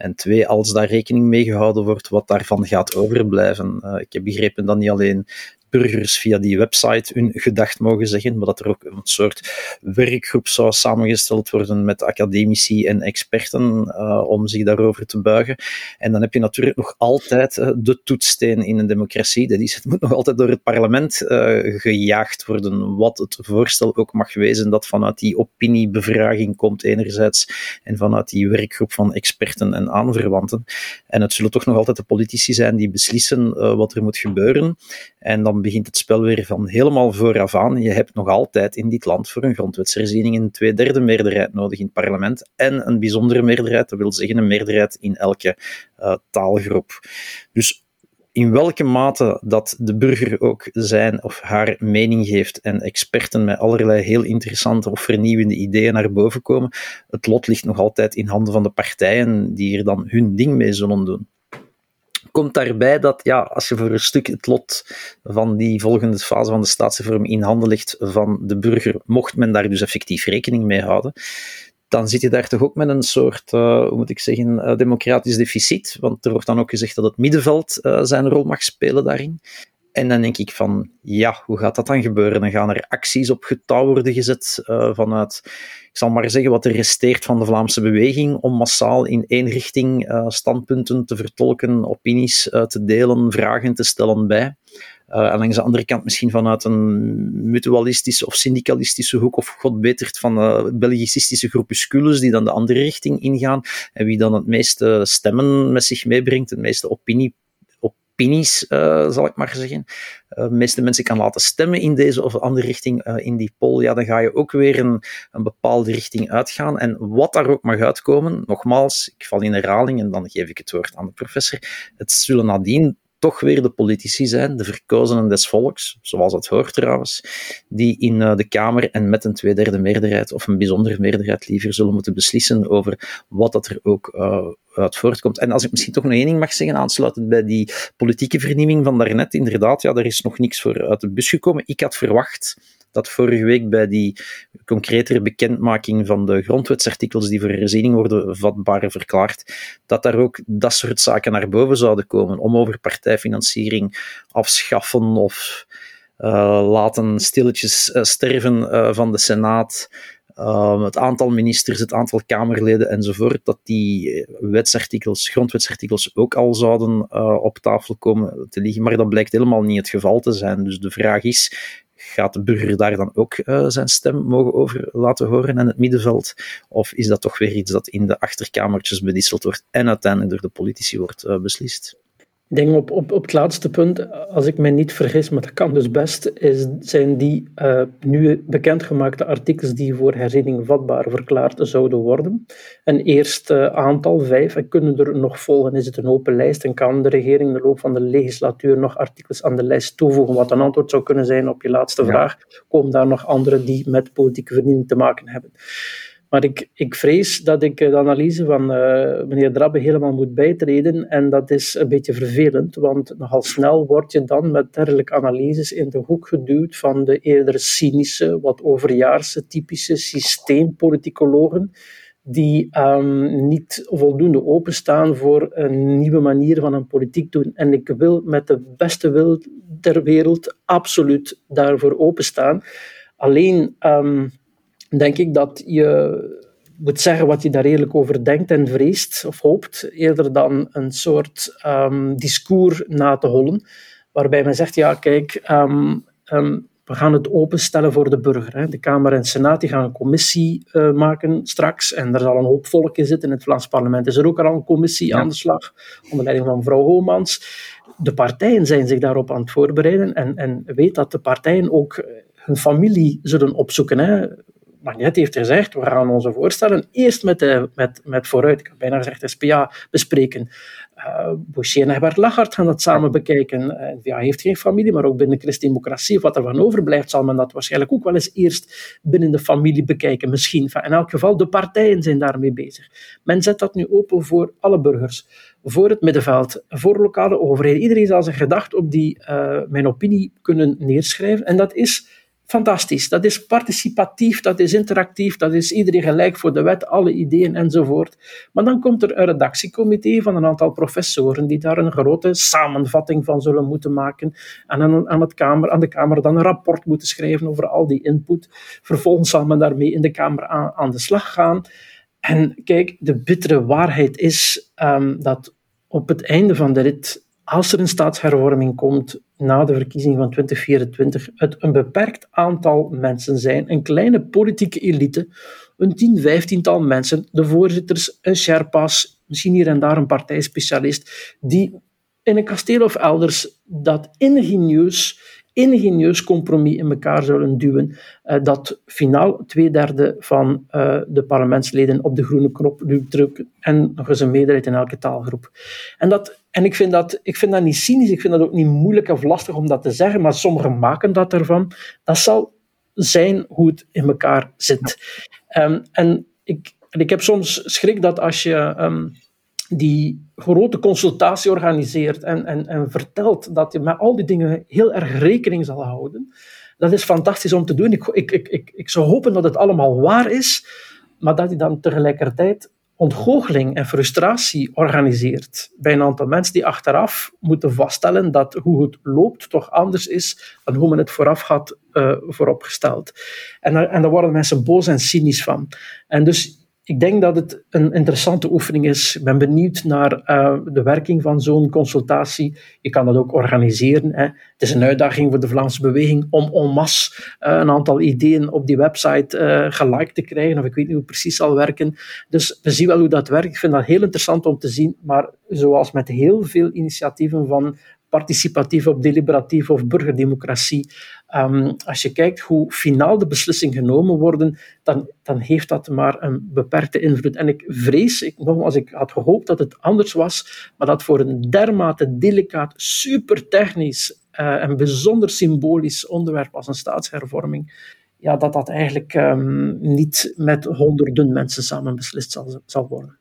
En twee, als daar rekening mee gehouden wordt, wat daarvan gaat overblijven. Uh, ik heb begrepen dat niet alleen burgers via die website hun gedacht mogen zeggen, maar dat er ook een soort werkgroep zou samengesteld worden met academici en experten uh, om zich daarover te buigen. En dan heb je natuurlijk nog altijd uh, de toetssteen in een democratie. Dat is, het moet nog altijd door het parlement uh, gejaagd worden, wat het voorstel ook mag wezen, dat vanuit die opiniebevraging komt enerzijds en vanuit die werkgroep van experten en aanverwanten. En het zullen toch nog altijd de politici zijn die beslissen uh, wat er moet gebeuren. En dan begint het spel weer van helemaal vooraf aan. Je hebt nog altijd in dit land voor een grondwetsherziening een tweederde meerderheid nodig in het parlement en een bijzondere meerderheid, dat wil zeggen een meerderheid in elke uh, taalgroep. Dus in welke mate dat de burger ook zijn of haar mening geeft en experten met allerlei heel interessante of vernieuwende ideeën naar boven komen, het lot ligt nog altijd in handen van de partijen die er dan hun ding mee zullen doen. Komt daarbij dat, ja, als je voor een stuk het lot van die volgende fase van de staatsreform in handen ligt van de burger, mocht men daar dus effectief rekening mee houden, dan zit je daar toch ook met een soort, uh, hoe moet ik zeggen, uh, democratisch deficit, want er wordt dan ook gezegd dat het middenveld uh, zijn rol mag spelen daarin. En dan denk ik van, ja, hoe gaat dat dan gebeuren? Dan gaan er acties op getouw worden gezet uh, vanuit, ik zal maar zeggen, wat er resteert van de Vlaamse beweging, om massaal in één richting uh, standpunten te vertolken, opinies uh, te delen, vragen te stellen bij. Uh, en langs de andere kant misschien vanuit een mutualistische of syndicalistische hoek, of god betert van uh, Belgicistische groepuscules die dan de andere richting ingaan, en wie dan het meeste stemmen met zich meebrengt, het meeste opinie opinies, uh, zal ik maar zeggen. Uh, de meeste mensen kan laten stemmen in deze of andere richting, uh, in die poll, ja, dan ga je ook weer een, een bepaalde richting uitgaan. En wat daar ook mag uitkomen, nogmaals, ik val in herhaling en dan geef ik het woord aan de professor, het zullen nadien toch weer de politici zijn, de verkozenen des volks, zoals het hoort trouwens, die in uh, de Kamer en met een tweederde meerderheid, of een bijzondere meerderheid liever, zullen moeten beslissen over wat dat er ook uh, uit voortkomt. En als ik misschien toch nog één ding mag zeggen, aansluitend bij die politieke vernieuwing van daarnet, inderdaad, ja, daar is nog niks voor uit de bus gekomen. Ik had verwacht dat vorige week bij die concretere bekendmaking van de grondwetsartikels die voor herziening worden vatbaar verklaard, dat daar ook dat soort zaken naar boven zouden komen, om over partijfinanciering afschaffen of uh, laten stilletjes uh, sterven uh, van de Senaat, uh, het aantal ministers, het aantal Kamerleden enzovoort, dat die wetsartikels, grondwetsartikels ook al zouden uh, op tafel komen te liggen. Maar dat blijkt helemaal niet het geval te zijn. Dus de vraag is, gaat de burger daar dan ook uh, zijn stem mogen over laten horen in het middenveld? Of is dat toch weer iets dat in de achterkamertjes bedisseld wordt en uiteindelijk door de politici wordt uh, beslist? Ik denk op, op, op het laatste punt, als ik mij niet vergis, maar dat kan dus best, is, zijn die uh, nu bekendgemaakte artikels die voor herziening vatbaar verklaard zouden worden. Een eerste aantal, vijf, en kunnen er nog volgen, is het een open lijst en kan de regering in de loop van de legislatuur nog artikels aan de lijst toevoegen, wat een antwoord zou kunnen zijn op je laatste ja. vraag. Komen daar nog andere die met politieke vernieuwing te maken hebben? Maar ik, ik vrees dat ik de analyse van uh, meneer Drabbe helemaal moet bijtreden en dat is een beetje vervelend, want nogal snel word je dan met dergelijke analyses in de hoek geduwd van de eerder cynische, wat overjaarse, typische systeempoliticologen die um, niet voldoende openstaan voor een nieuwe manier van een politiek doen. En ik wil met de beste wil ter wereld absoluut daarvoor openstaan. Alleen Um, denk ik dat je moet zeggen wat je daar eerlijk over denkt en vreest of hoopt, eerder dan een soort um, discours na te hollen, waarbij men zegt, ja kijk, um, um, we gaan het openstellen voor de burger. Hè. De Kamer en de Senaat die gaan een commissie uh, maken straks en er zal een hoop volk in zitten. In het Vlaams parlement is er ook al een commissie ja. aan de slag, onder leiding van mevrouw Homans. De partijen zijn zich daarop aan het voorbereiden en, en weet dat de partijen ook hun familie zullen opzoeken. Hè. Magnet heeft gezegd, we gaan onze voorstellen eerst met, de, met, met vooruit, ik heb bijna gezegd S P A, bespreken. Uh, Boucher en Herbert Lachart gaan dat samen bekijken. Uh, N V A heeft geen familie, maar ook binnen de Christendemocratie, of wat er van overblijft, zal men dat waarschijnlijk ook wel eens eerst binnen de familie bekijken. Misschien. In elk geval, de partijen zijn daarmee bezig. Men zet dat nu open voor alle burgers. Voor het middenveld, voor lokale overheden. Iedereen zal zijn gedacht op die, uh, mijn opinie, kunnen neerschrijven. En dat is fantastisch. Dat is participatief, dat is interactief, dat is iedereen gelijk voor de wet, alle ideeën enzovoort. Maar dan komt er een redactiecomité van een aantal professoren die daar een grote samenvatting van zullen moeten maken en aan, aan, het kamer, aan de Kamer dan een rapport moeten schrijven over al die input. Vervolgens zal men daarmee in de Kamer aan, aan de slag gaan. En kijk, de bittere waarheid is um, dat op het einde van de rit, als er een staatshervorming komt na de verkiezing van twintig vierentwintig, het een beperkt aantal mensen zijn, een kleine politieke elite, een tien, vijftiental mensen, de voorzitters, een sherpa's, misschien hier en daar een partijspecialist, die in een kasteel of elders dat ingenieus, ingenieus compromis in elkaar zullen duwen, uh, dat finaal twee derde van uh, de parlementsleden op de groene knop drukken en nog eens een meerderheid in elke taalgroep. En, dat, en ik, vind dat, ik vind dat niet cynisch, ik vind dat ook niet moeilijk of lastig om dat te zeggen, maar sommigen maken dat ervan. Dat zal zijn hoe het in elkaar zit. Um, en, ik, en ik heb soms schrik dat als je um, die grote consultatie organiseert en, en, en vertelt dat je met al die dingen heel erg rekening zal houden, dat is fantastisch om te doen. Ik, ik, ik, ik, ik zou hopen dat het allemaal waar is, maar dat je dan tegelijkertijd ontgoocheling en frustratie organiseert bij een aantal mensen die achteraf moeten vaststellen dat hoe het loopt toch anders is dan hoe men het vooraf had uh, vooropgesteld. En, en daar worden mensen boos en cynisch van. En dus ik denk dat het een interessante oefening is. Ik ben benieuwd naar uh, de werking van zo'n consultatie. Je kan dat ook organiseren. Hè. Het is een uitdaging voor de Vlaamse beweging om en masse uh, een aantal ideeën op die website uh, geliked te krijgen. Of ik weet niet hoe het precies zal werken. Dus we zien wel hoe dat werkt. Ik vind dat heel interessant om te zien. Maar zoals met heel veel initiatieven van participatief of deliberatief of burgerdemocratie. Um, als je kijkt hoe finaal de beslissingen genomen worden, dan, dan heeft dat maar een beperkte invloed. En ik vrees, ik, nogmaals, ik had gehoopt dat het anders was, maar dat voor een dermate delicaat, supertechnisch uh, en bijzonder symbolisch onderwerp als een staatshervorming, ja, dat dat eigenlijk um, niet met honderden mensen samen beslist zal, zal worden.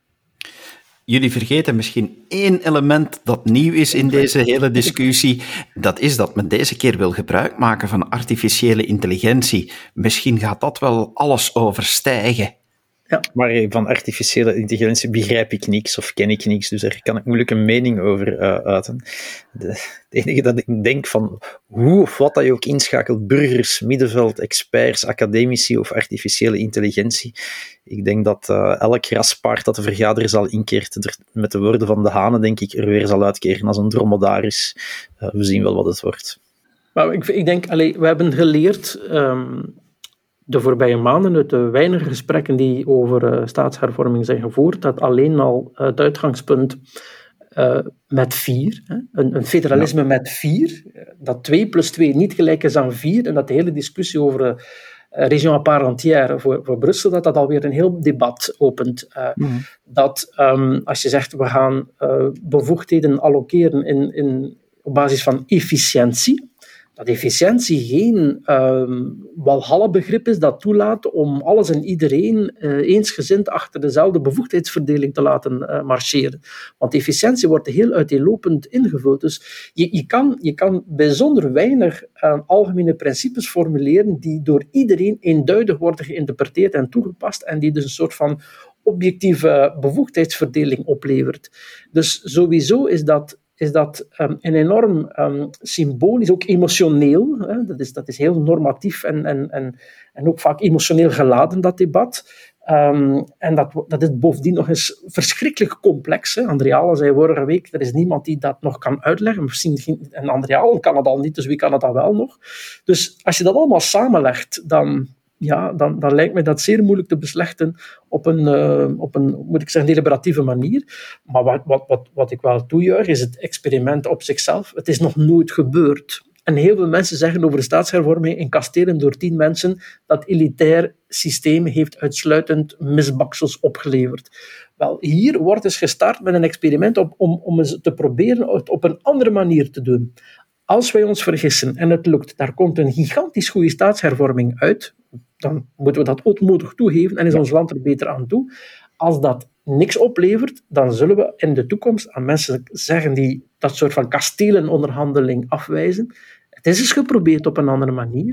Jullie vergeten misschien één element dat nieuw is in deze hele discussie. Dat is dat men deze keer wil gebruik maken van artificiële intelligentie. Misschien gaat dat wel alles overstijgen. Ja. Maar van artificiële intelligentie begrijp ik niks of ken ik niks, dus daar kan ik moeilijk een mening over uh, uiten. De, het enige dat ik denk van hoe of wat dat je ook inschakelt, burgers, middenveld, experts, academici of artificiële intelligentie, ik denk dat uh, elk raspaard dat de vergader zal inkeert, er, met de woorden van de Hanen, denk ik, er weer zal uitkeren als een dromedaris. Uh, we zien wel wat het wordt. Maar ik, ik denk, allez, we hebben geleerd Um... de voorbije maanden uit de weinige gesprekken die over uh, staatshervorming zijn gevoerd, dat alleen al uh, het uitgangspunt uh, met vier, hè, een, een federalisme ja. met vier, dat twee plus twee niet gelijk is aan vier, en dat de hele discussie over uh, région à part entière voor, voor Brussel, dat dat alweer een heel debat opent. Uh, mm. Dat um, als je zegt, we gaan uh, bevoegdheden allokeren in, in, op basis van efficiëntie, dat efficiëntie geen um, walhalla-begrip is dat toelaat om alles en iedereen uh, eensgezind achter dezelfde bevoegdheidsverdeling te laten uh, marcheren. Want efficiëntie wordt heel uiteenlopend ingevuld. Dus je, je, kan, je kan bijzonder weinig uh, algemene principes formuleren die door iedereen eenduidig worden geïnterpreteerd en toegepast en die dus een soort van objectieve bevoegdheidsverdeling oplevert. Dus sowieso is dat is dat um, een enorm um, symbolisch, ook emotioneel. Hè? Dat, is, dat is heel normatief en, en, en, en ook vaak emotioneel geladen, dat debat. Um, en dat, dat is bovendien nog eens verschrikkelijk complex. Hè? André Allen zei vorige week, er is niemand die dat nog kan uitleggen. Misschien, en André Allen kan het al niet, dus wie kan het dan wel nog? Dus als je dat allemaal samenlegt, dan... Ja, dan, dan lijkt mij dat zeer moeilijk te beslechten op een, uh, op een moet ik zeggen, deliberatieve manier. Maar wat, wat, wat, wat ik wel toejuich, is het experiment op zichzelf. Het is nog nooit gebeurd. En heel veel mensen zeggen over de staatshervorming in kastelen door tien mensen, dat elitair systeem heeft uitsluitend misbaksels opgeleverd. Wel, hier wordt dus gestart met een experiment op, om, om eens te proberen het op een andere manier te doen. Als wij ons vergissen en het lukt, daar komt een gigantisch goede staatshervorming uit, dan moeten we dat ootmoedig toegeven en is ons land er beter aan toe. Als dat niks oplevert, dan zullen we in de toekomst aan mensen zeggen die dat soort van kastelenonderhandeling afwijzen. Het is eens geprobeerd op een andere manier.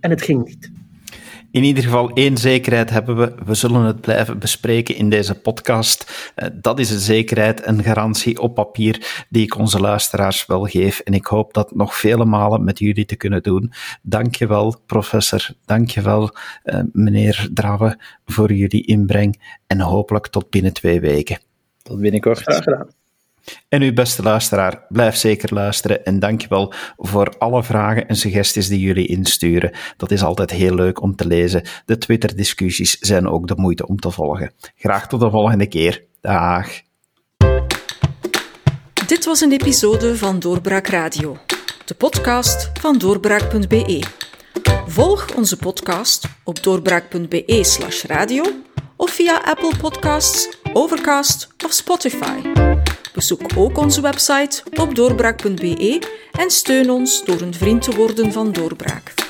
en het ging niet. In ieder geval één zekerheid hebben we. We zullen het blijven bespreken in deze podcast. Uh, dat is een zekerheid, een garantie op papier die ik onze luisteraars wel geef. En ik hoop dat nog vele malen met jullie te kunnen doen. Dank je wel, professor. Dank je wel, uh, meneer Drouwe, voor jullie inbreng. En hopelijk tot binnen twee weken. Tot binnenkort. Graag gedaan. En uw beste luisteraar, blijf zeker luisteren en dankjewel voor alle vragen en suggesties die jullie insturen. Dat is altijd heel leuk om te lezen. De Twitter-discussies zijn ook de moeite om te volgen. Graag tot de volgende keer. Dag. Dit was een episode van Doorbraak Radio, de podcast van doorbraak punt b e. Volg onze podcast op doorbraak punt b e slash radio of via Apple Podcasts, Overcast of Spotify. Bezoek ook onze website op doorbraak punt b e en steun ons door een vriend te worden van Doorbraak.